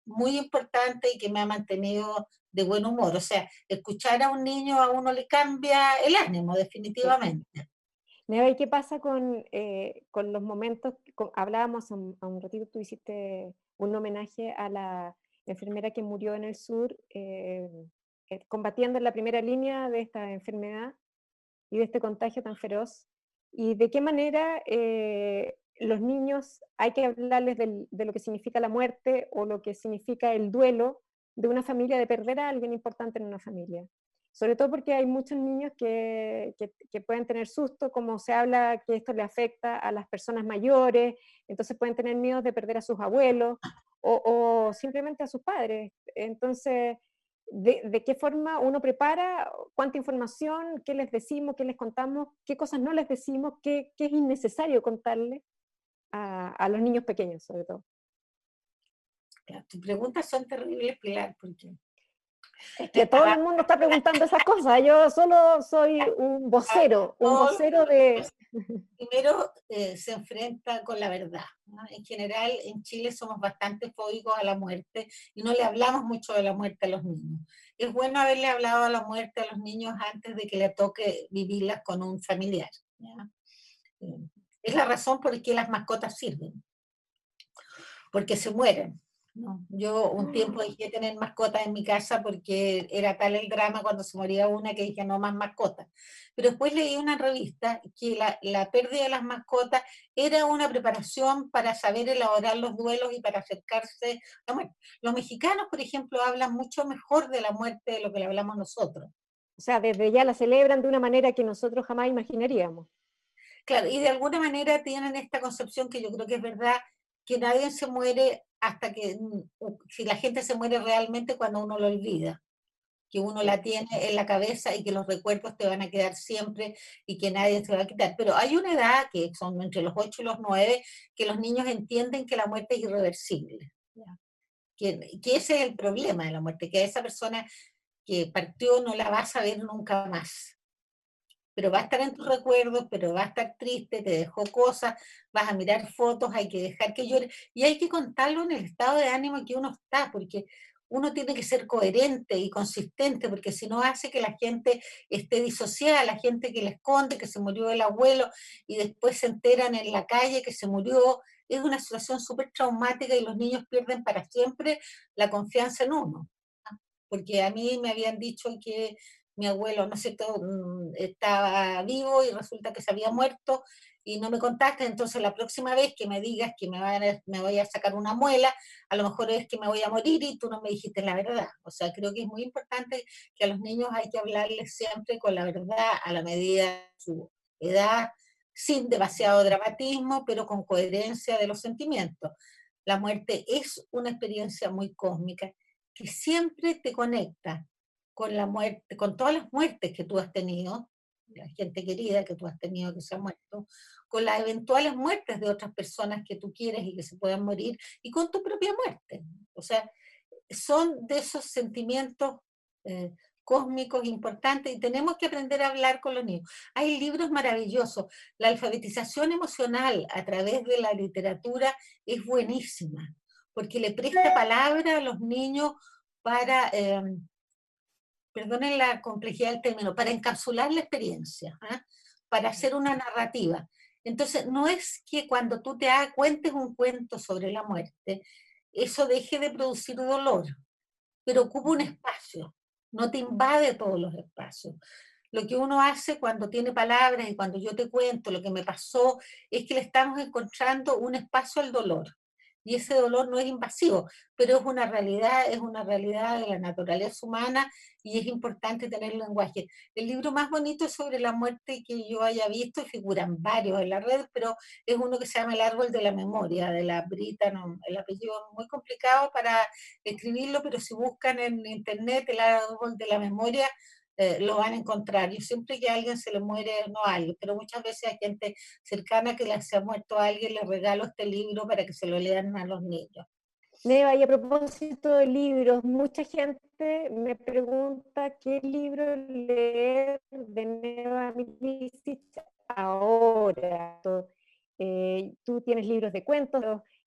muy importante y que me ha mantenido de buen humor. O sea, escuchar a un niño a uno le cambia el ánimo, Sí. definitivamente. Neva, ¿y qué pasa con, eh, con los momentos? Con- hablábamos a un, a un ratito, tú hiciste un homenaje a la enfermera que murió en el sur, eh, eh, combatiendo en la primera línea de esta enfermedad y de este contagio tan feroz. ¿Y de qué manera eh, los niños hay que hablarles del- de lo que significa la muerte o lo que significa el duelo de una familia, de perder a alguien importante en una familia? Sobre todo porque hay muchos niños que, que, que pueden tener susto, como se habla que esto le afecta a las personas mayores, entonces pueden tener miedo de perder a sus abuelos o, o simplemente a sus padres. Entonces, de, de, qué forma uno prepara, cuánta información, qué les decimos, qué les contamos, qué cosas no les decimos, qué, qué es innecesario contarle a, a, los niños pequeños, sobre todo. Tus preguntas son terribles, Pilar, porque Es que todo el mundo está preguntando esas cosas, yo solo soy un vocero, un vocero de... Primero eh, se enfrenta con la verdad, ¿no? En general, en Chile somos bastante fóbicos a la muerte y no le hablamos mucho de la muerte a los niños. Es bueno haberle hablado a la muerte a los niños antes de que le toque vivirlas con un familiar, ¿ya? Es la razón por la que las mascotas sirven, porque se mueren, ¿no? Yo un tiempo dejé de tener mascotas en mi casa porque era tal el drama cuando se moría una que dije no más mascotas. Pero después leí una revista que la, la pérdida de las mascotas era una preparación para saber elaborar los duelos y para acercarse a la muerte. Los mexicanos, por ejemplo, hablan mucho mejor de la muerte de lo que le hablamos nosotros. O sea, desde ya la celebran de una manera que nosotros jamás imaginaríamos. Claro, y de alguna manera tienen esta concepción que yo creo que es verdad, que nadie se muere hasta que, si la gente se muere realmente cuando uno lo olvida, que uno Sí. la tiene en la cabeza y que los recuerdos te van a quedar siempre y que nadie se va a quitar. Pero hay una edad, que son entre los ocho y los nueve, que los niños entienden que la muerte es irreversible. Que, que ese es el problema de la muerte, que a esa persona que partió no la vas a ver nunca más, pero va a estar en tus recuerdos, pero va a estar triste, te dejó cosas, vas a mirar fotos, hay que dejar que llore, y hay que contarlo en el estado de ánimo en que uno está, porque uno tiene que ser coherente y consistente, porque si no hace que la gente esté disociada, la gente que le esconde, que se murió el abuelo, y después se enteran en la calle que se murió, es una situación súper traumática y los niños pierden para siempre la confianza en uno. Porque a mí me habían dicho que mi abuelo, no sé, todo, estaba vivo y resulta que se había muerto y no me contaste, entonces la próxima vez que me digas que me, van a, me voy a sacar una muela, a lo mejor es que me voy a morir y tú no me dijiste la verdad. O sea, creo que es muy importante que a los niños hay que hablarles siempre con la verdad a la medida de su edad, sin demasiado dramatismo, pero con coherencia de los sentimientos. La muerte es una experiencia muy cósmica que siempre te conecta con la muerte, con todas las muertes que tú has tenido, la gente querida que tú has tenido que se ha muerto, con las eventuales muertes de otras personas que tú quieres y que se puedan morir, y con tu propia muerte. O sea, son de esos sentimientos eh, cósmicos importantes y tenemos que aprender a hablar con los niños. Hay libros maravillosos. La alfabetización emocional a través de la literatura es buenísima, porque le presta palabra a los niños para, eh, perdonen la complejidad del término, para encapsular la experiencia, ¿eh? Para hacer una narrativa. Entonces, no es que cuando tú te cuentes un cuento sobre la muerte, eso deje de producir dolor, pero ocupa un espacio, no te invade todos los espacios. Lo que uno hace cuando tiene palabras y cuando yo te cuento lo que me pasó, es que le estamos encontrando un espacio al dolor. Y ese dolor no es invasivo, pero es una realidad, es una realidad de la naturaleza humana y es importante tener lenguaje. El libro más bonito sobre la muerte que yo haya visto, figuran varios en la red, pero es uno que se llama El árbol de la memoria, de la Brita, no, el apellido es muy complicado para escribirlo, pero si buscan en internet el árbol de la memoria, eh, lo van a encontrar. Yo siempre que a alguien se le muere, no a alguien, pero muchas veces hay gente cercana que le se ha muerto a alguien, le regalo este libro para que se lo lean a los niños. Neva, y a propósito de libros, mucha gente me pregunta qué libro leer de Neva Milicic ahora. Eh, tú tienes libros de cuentos,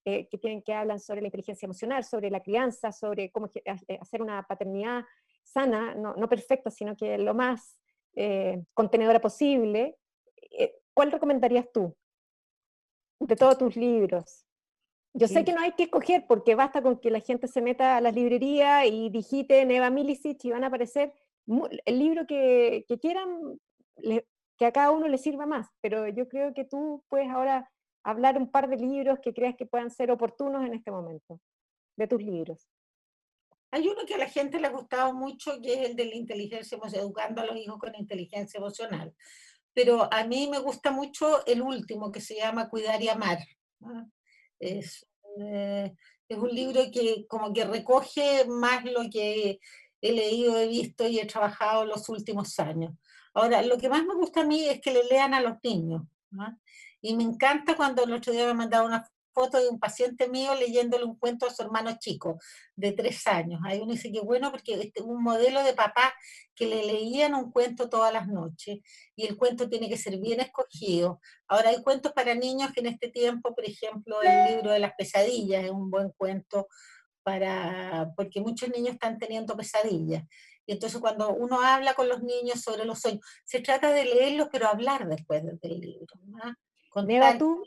eh, que tienen que hablan sobre la inteligencia emocional, sobre la crianza, sobre cómo hacer una paternidad sana, no, no perfecta, sino que lo más eh, contenedora posible. Eh, ¿Cuál recomendarías tú de todos tus libros? Yo sé que no hay que escoger porque basta con que la gente se meta a las librerías y digite Neva Milicic y van a aparecer el libro que, que quieran, le, que a cada uno le sirva más, pero yo creo que tú puedes ahora hablar un par de libros que creas que puedan ser oportunos en este momento, de tus libros. Hay uno que a la gente le ha gustado mucho, que es el de la inteligencia emocional, educando a los hijos con inteligencia emocional. Pero a mí me gusta mucho el último, que se llama Cuidar y Amar. ¿No? Es, eh, es un libro que como que recoge más lo que he leído, he visto y he trabajado los últimos años. Ahora, lo que más me gusta a mí es que le lean a los niños. ¿No? Y me encanta cuando el otro día me mandaron una foto de un paciente mío leyéndole un cuento a su hermano chico de tres años. Ahí uno dice que bueno, porque este es un modelo de papá que le leían un cuento todas las noches y el cuento tiene que ser bien escogido. Ahora hay cuentos para niños que en este tiempo, por ejemplo, el libro de las pesadillas es un buen cuento para, porque muchos niños están teniendo pesadillas. Y entonces cuando uno habla con los niños sobre los sueños, se trata de leerlos, pero hablar después del libro, ¿no? Neva, Contar. tú,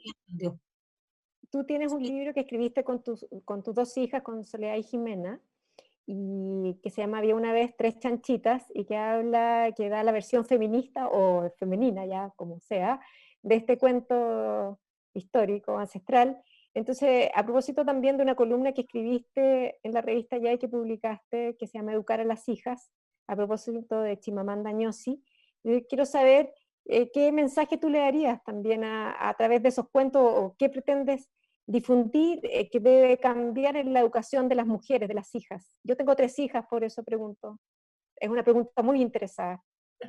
tú tienes un libro que escribiste con tus, con tus dos hijas, con Soledad y Jimena, y que se llama Había una vez tres chanchitas, y que habla, que da la versión feminista o femenina, ya como sea, de este cuento histórico, ancestral. Entonces, a propósito también de una columna que escribiste en la revista Ya y que publicaste, que se llama Educar a las hijas, a propósito de Chimamanda Ngozi, quiero saber eh, qué mensaje tú le darías también a, a través de esos cuentos, o qué pretendes difundir eh, que debe cambiar en la educación de las mujeres, de las hijas. Yo tengo tres hijas, por eso pregunto. Es una pregunta muy interesada.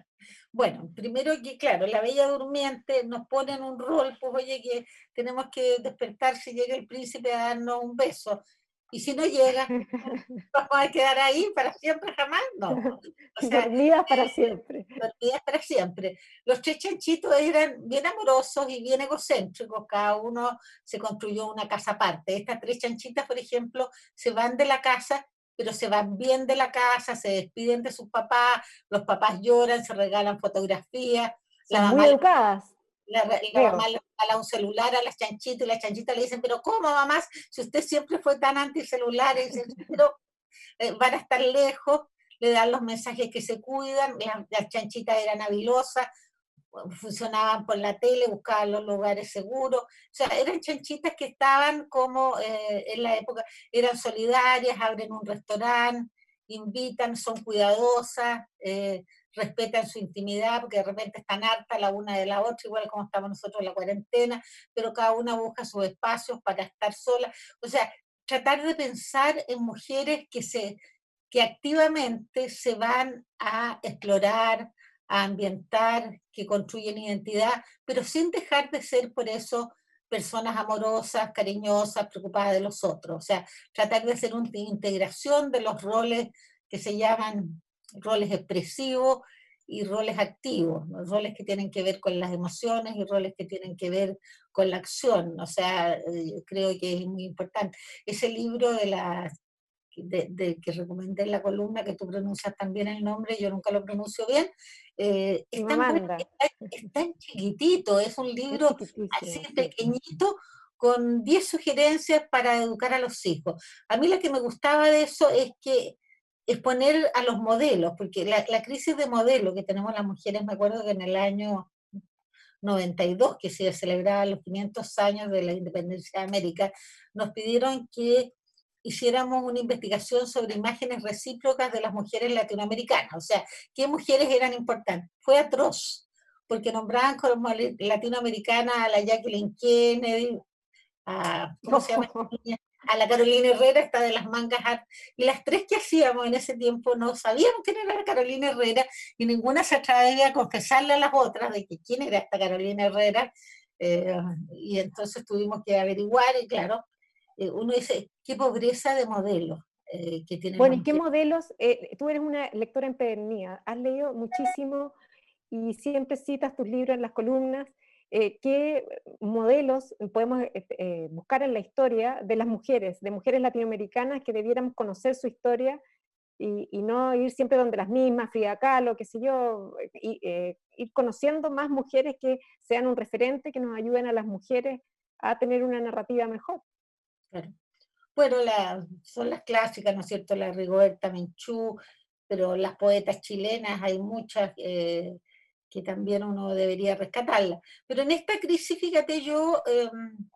Bueno, primero que, claro, la Bella Durmiente nos pone en un rol, pues oye, que tenemos que despertar si llega el príncipe a darnos un beso. Y si no llega, ¿vamos a quedar ahí para siempre, jamás? No. O sea, Dormidas para siempre. dormidas para siempre. Los tres chanchitos eran bien amorosos y bien egocéntricos, cada uno se construyó una casa aparte. Estas tres chanchitas, por ejemplo, se van de la casa, pero se van bien de la casa, se despiden de sus papás, los papás lloran, se regalan fotografías, la Son muy mamá, educadas, la, la veo. mamá le regala un celular a las chanchitas y las chanchitas le dicen, pero ¿cómo, mamá? Si usted siempre fue tan anticelular, y dicen, pero eh, van a estar lejos, le dan los mensajes que se cuidan, las, las chanchitas eran habilosas, funcionaban por la tele, buscaban los lugares seguros, o sea, eran chanchitas que estaban como eh, en la época, eran solidarias, abren un restaurante, invitan, son cuidadosas, eh, respetan su intimidad, porque de repente están hartas la una de la otra, igual como estamos nosotros en la cuarentena, pero cada una busca sus espacios para estar sola, o sea, tratar de pensar en mujeres que se que activamente se van a explorar, a ambientar, que construyen identidad, pero sin dejar de ser por eso personas amorosas, cariñosas, preocupadas de los otros. O sea, tratar de hacer una integración de los roles que se llaman roles expresivos y roles activos, ¿no? Roles que tienen que ver con las emociones y roles que tienen que ver con la acción. O sea, eh, creo que es muy importante. Ese libro de las de, de, que recomendé en la columna, que tú pronuncias también el nombre, yo nunca lo pronuncio bien, eh, es tan bueno, está, es tan chiquitito, es un libro así pequeñito, con diez sugerencias para educar a los hijos. A mí lo que me gustaba de eso es que es poner a los modelos, porque la, la crisis de modelo que tenemos las mujeres, me acuerdo que en el año noventa y dos, que se celebraban los quinientos años de la independencia de América, nos pidieron que hiciéramos una investigación sobre imágenes recíprocas de las mujeres latinoamericanas, o sea, qué mujeres eran importantes. Fue atroz, porque nombraban como latinoamericana a la Jacqueline Kennedy, a, ¿cómo se llama? A la Carolina Herrera, esta de las mangas, y las tres que hacíamos en ese tiempo no sabíamos quién era la Carolina Herrera, y ninguna se atrevía a confesarle a las otras de que quién era esta Carolina Herrera, eh, y entonces tuvimos que averiguar, y claro, eh, uno dice, qué pobreza de modelos eh, que tienen bueno, las ¿y qué mujeres. modelos? Eh, tú eres una lectora empedernida, has leído muchísimo y siempre citas tus libros en las columnas. eh, qué modelos podemos eh, eh, buscar en la historia de las mujeres, de mujeres latinoamericanas que debiéramos conocer su historia y, y no ir siempre donde las mismas, Frida Kahlo, qué sé yo, y, eh, ir conociendo más mujeres que sean un referente, que nos ayuden a las mujeres a tener una narrativa mejor. Claro. Bueno, la, son las clásicas, ¿no es cierto? La Rigoberta Menchú, pero las poetas chilenas, hay muchas eh, que también uno debería rescatarlas. Pero en esta crisis, fíjate, yo eh,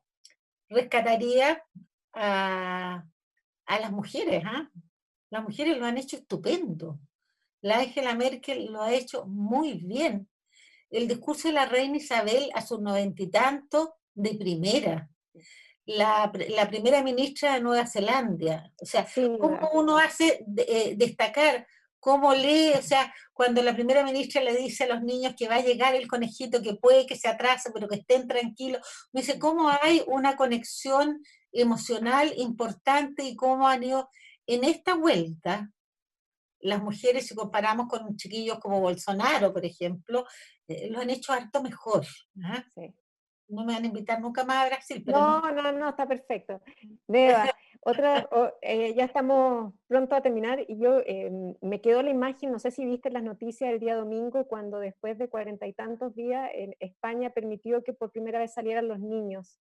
rescataría a, a las mujeres, ¿ah? Las mujeres lo han hecho estupendo. La Angela Merkel lo ha hecho muy bien. El discurso de la reina Isabel a sus noventa y tantos, de primera. La, la primera ministra de Nueva Zelanda. O sea, Sin ¿cómo duda. uno hace de, eh, destacar? ¿Cómo lee? O sea, cuando la primera ministra le dice a los niños que va a llegar el conejito, que puede que se atrase, pero que estén tranquilos, me dice, ¿cómo hay una conexión emocional importante y cómo han ido en esta vuelta? Las mujeres, si comparamos con chiquillos como Bolsonaro, por ejemplo, eh, lo han hecho harto mejor. ¿Ah? Sí. No me van a invitar nunca más a Brasil, pero No, no. no, no, está perfecto. Deba, otra, o- eh, ya estamos pronto a terminar y yo eh, me quedó la imagen, no sé si viste las noticias el día domingo, cuando después de cuarenta y tantos días en España permitió que por primera vez salieran los niños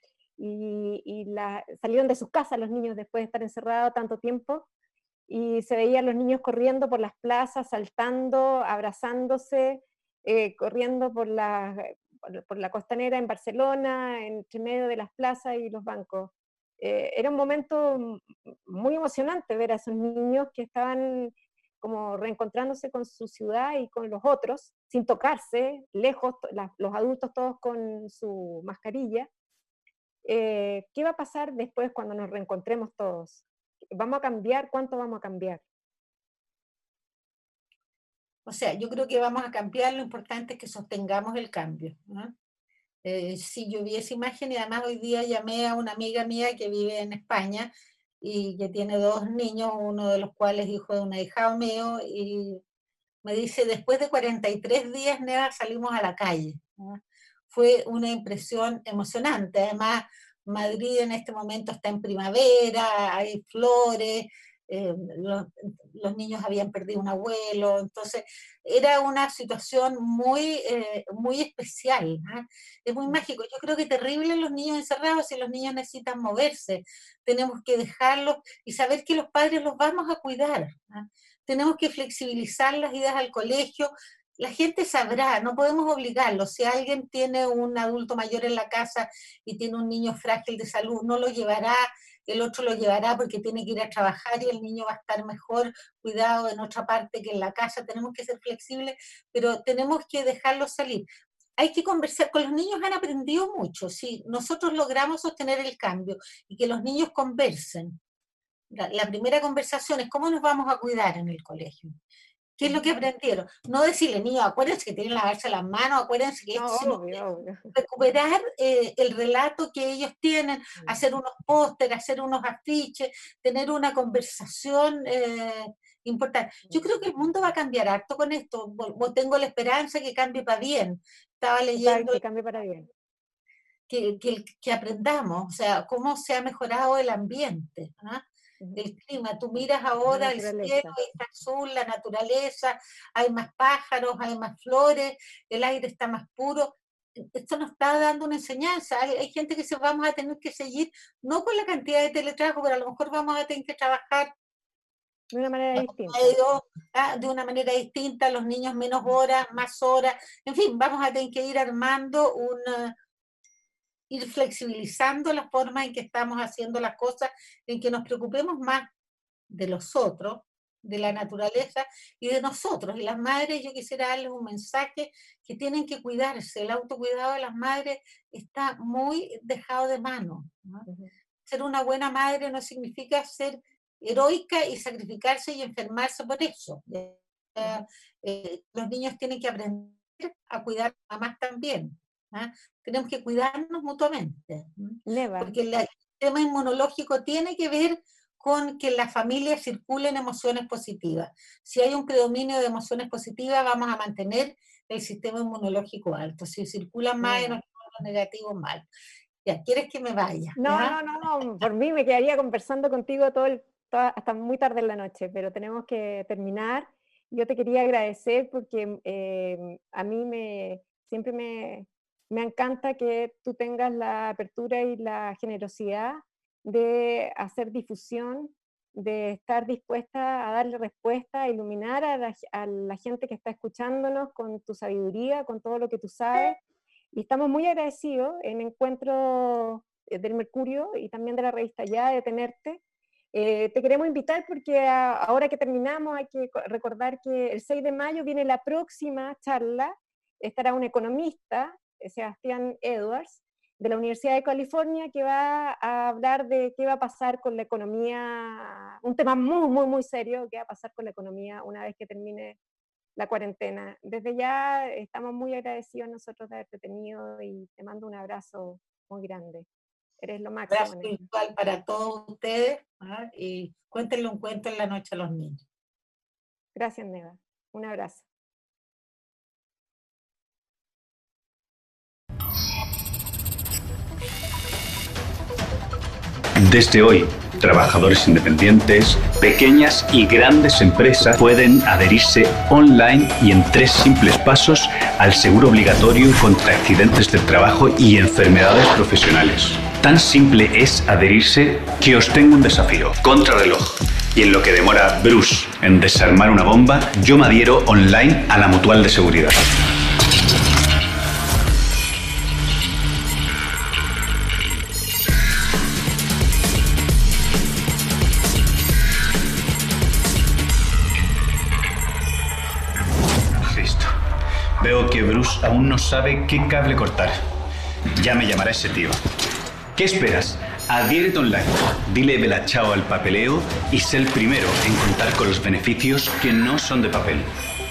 y, y la, salieron de sus casas los niños después de estar encerrados tanto tiempo y se veían los niños corriendo por las plazas, saltando, abrazándose, eh, corriendo por la, por, por la costanera en Barcelona, entre medio de las plazas y los bancos. Eh, era un momento muy emocionante ver a esos niños que estaban como reencontrándose con su ciudad y con los otros, sin tocarse, lejos, la, los adultos todos con su mascarilla. Eh, ¿Qué va a pasar después cuando nos reencontremos todos? ¿Vamos a cambiar? ¿Cuánto vamos a cambiar? O sea, yo creo que vamos a cambiar, lo importante es que sostengamos el cambio. ¿No? Eh, sí, yo vi esa imagen y además hoy día llamé a una amiga mía que vive en España y que tiene dos niños, uno de los cuales hijo de una hija mío, y me dice, después de cuarenta y tres días, Neva, salimos a la calle. ¿No? Fue una impresión emocionante. Además, Madrid en este momento está en primavera, hay flores, eh, los, los, niños habían perdido un abuelo, entonces era una situación muy, eh, muy especial, ¿no? Es muy mágico. Yo creo que terrible los niños encerrados y los niños necesitan moverse. Tenemos que dejarlos y saber que los padres los vamos a cuidar, ¿no? Tenemos que flexibilizar las idas al colegio. La gente sabrá, no podemos obligarlo. Si alguien tiene un adulto mayor en la casa y tiene un niño frágil de salud, no lo llevará, el otro lo llevará porque tiene que ir a trabajar y el niño va a estar mejor cuidado en otra parte que en la casa. Tenemos que ser flexibles, pero tenemos que dejarlos salir. Hay que conversar, con los niños han aprendido mucho. Si nosotros logramos sostener el cambio y que los niños conversen, la, la primera conversación es cómo nos vamos a cuidar en el colegio. ¿Qué es lo que aprendieron? No decirle, niños, acuérdense que tienen que lavarse las manos, acuérdense que esto, No, sino obvio, obvio. recuperar eh, el relato que ellos tienen, hacer unos pósteres, hacer unos afiches, tener una conversación eh, importante. Yo creo que el mundo va a cambiar harto con esto. Tengo la esperanza que cambie para bien. Estaba leyendo Que cambie para bien. que, que, que aprendamos, o sea, cómo se ha mejorado el ambiente. ¿Ah? El clima, tú miras ahora el cielo, está azul, la naturaleza, hay más pájaros, hay más flores, el aire está más puro. Esto nos está dando una enseñanza. Hay, hay gente que se vamos a tener que seguir, no con la cantidad de teletrabajo, pero a lo mejor vamos a tener que trabajar de una manera distinta. Medio, ¿ah? De una manera distinta, los niños menos horas, más horas, en fin, vamos a tener que ir armando una, ir flexibilizando la forma en que estamos haciendo las cosas, en que nos preocupemos más de los otros, de la naturaleza y de nosotros. Y las madres, yo quisiera darles un mensaje que tienen que cuidarse. El autocuidado de las madres está muy dejado de mano, ¿no? Uh-huh. Ser una buena madre no significa ser heroica y sacrificarse y enfermarse por eso. Uh-huh. Eh, los niños tienen que aprender a cuidar a mamás también. ¿Ah? Tenemos que cuidarnos mutuamente, Neva. porque el sistema inmunológico tiene que ver con que en la familia circulen emociones positivas. Si hay un predominio de emociones positivas, vamos a mantener el sistema inmunológico alto. Si circulan más iones negativos, mal. Ya, ¿quieres que me vaya? No, ¿ya? no, no, por mí me quedaría conversando contigo todo el, toda, hasta muy tarde en la noche, pero tenemos que terminar. Yo te quería agradecer porque eh, a mí me, siempre me, me encanta que tú tengas la apertura y la generosidad de hacer difusión, de estar dispuesta a darle respuesta, a iluminar a la, a la gente que está escuchándonos con tu sabiduría, con todo lo que tú sabes. Y estamos muy agradecidos en Encuentro del Mercurio y también de la revista Ya de tenerte. Eh, te queremos invitar porque a, ahora que terminamos hay que recordar que el seis de mayo viene la próxima charla. Estará un economista, Sebastián Edwards, de la Universidad de California, que va a hablar de qué va a pasar con la economía, un tema muy, muy, muy serio, qué va a pasar con la economía una vez que termine la cuarentena. Desde ya estamos muy agradecidos nosotros de haberte tenido y te mando un abrazo muy grande. Eres lo máximo. Un abrazo virtual para todos ustedes, ¿ah? Y cuéntenle un cuento en la noche a los niños. Gracias, Neva. Un abrazo. Desde hoy, trabajadores independientes, pequeñas y grandes empresas pueden adherirse online y en tres simples pasos al seguro obligatorio contra accidentes del trabajo y enfermedades profesionales. Tan simple es adherirse que os tengo un desafío. Contrarreloj. Y en lo que demora Bruce en desarmar una bomba, yo me adhiero online a la Mutual de Seguridad. Veo que Bruce aún no sabe qué cable cortar. Ya me llamará ese tío. ¿Qué esperas? Adhiérete online. Dile vela chao al papeleo y sé el primero en contar con los beneficios que no son de papel.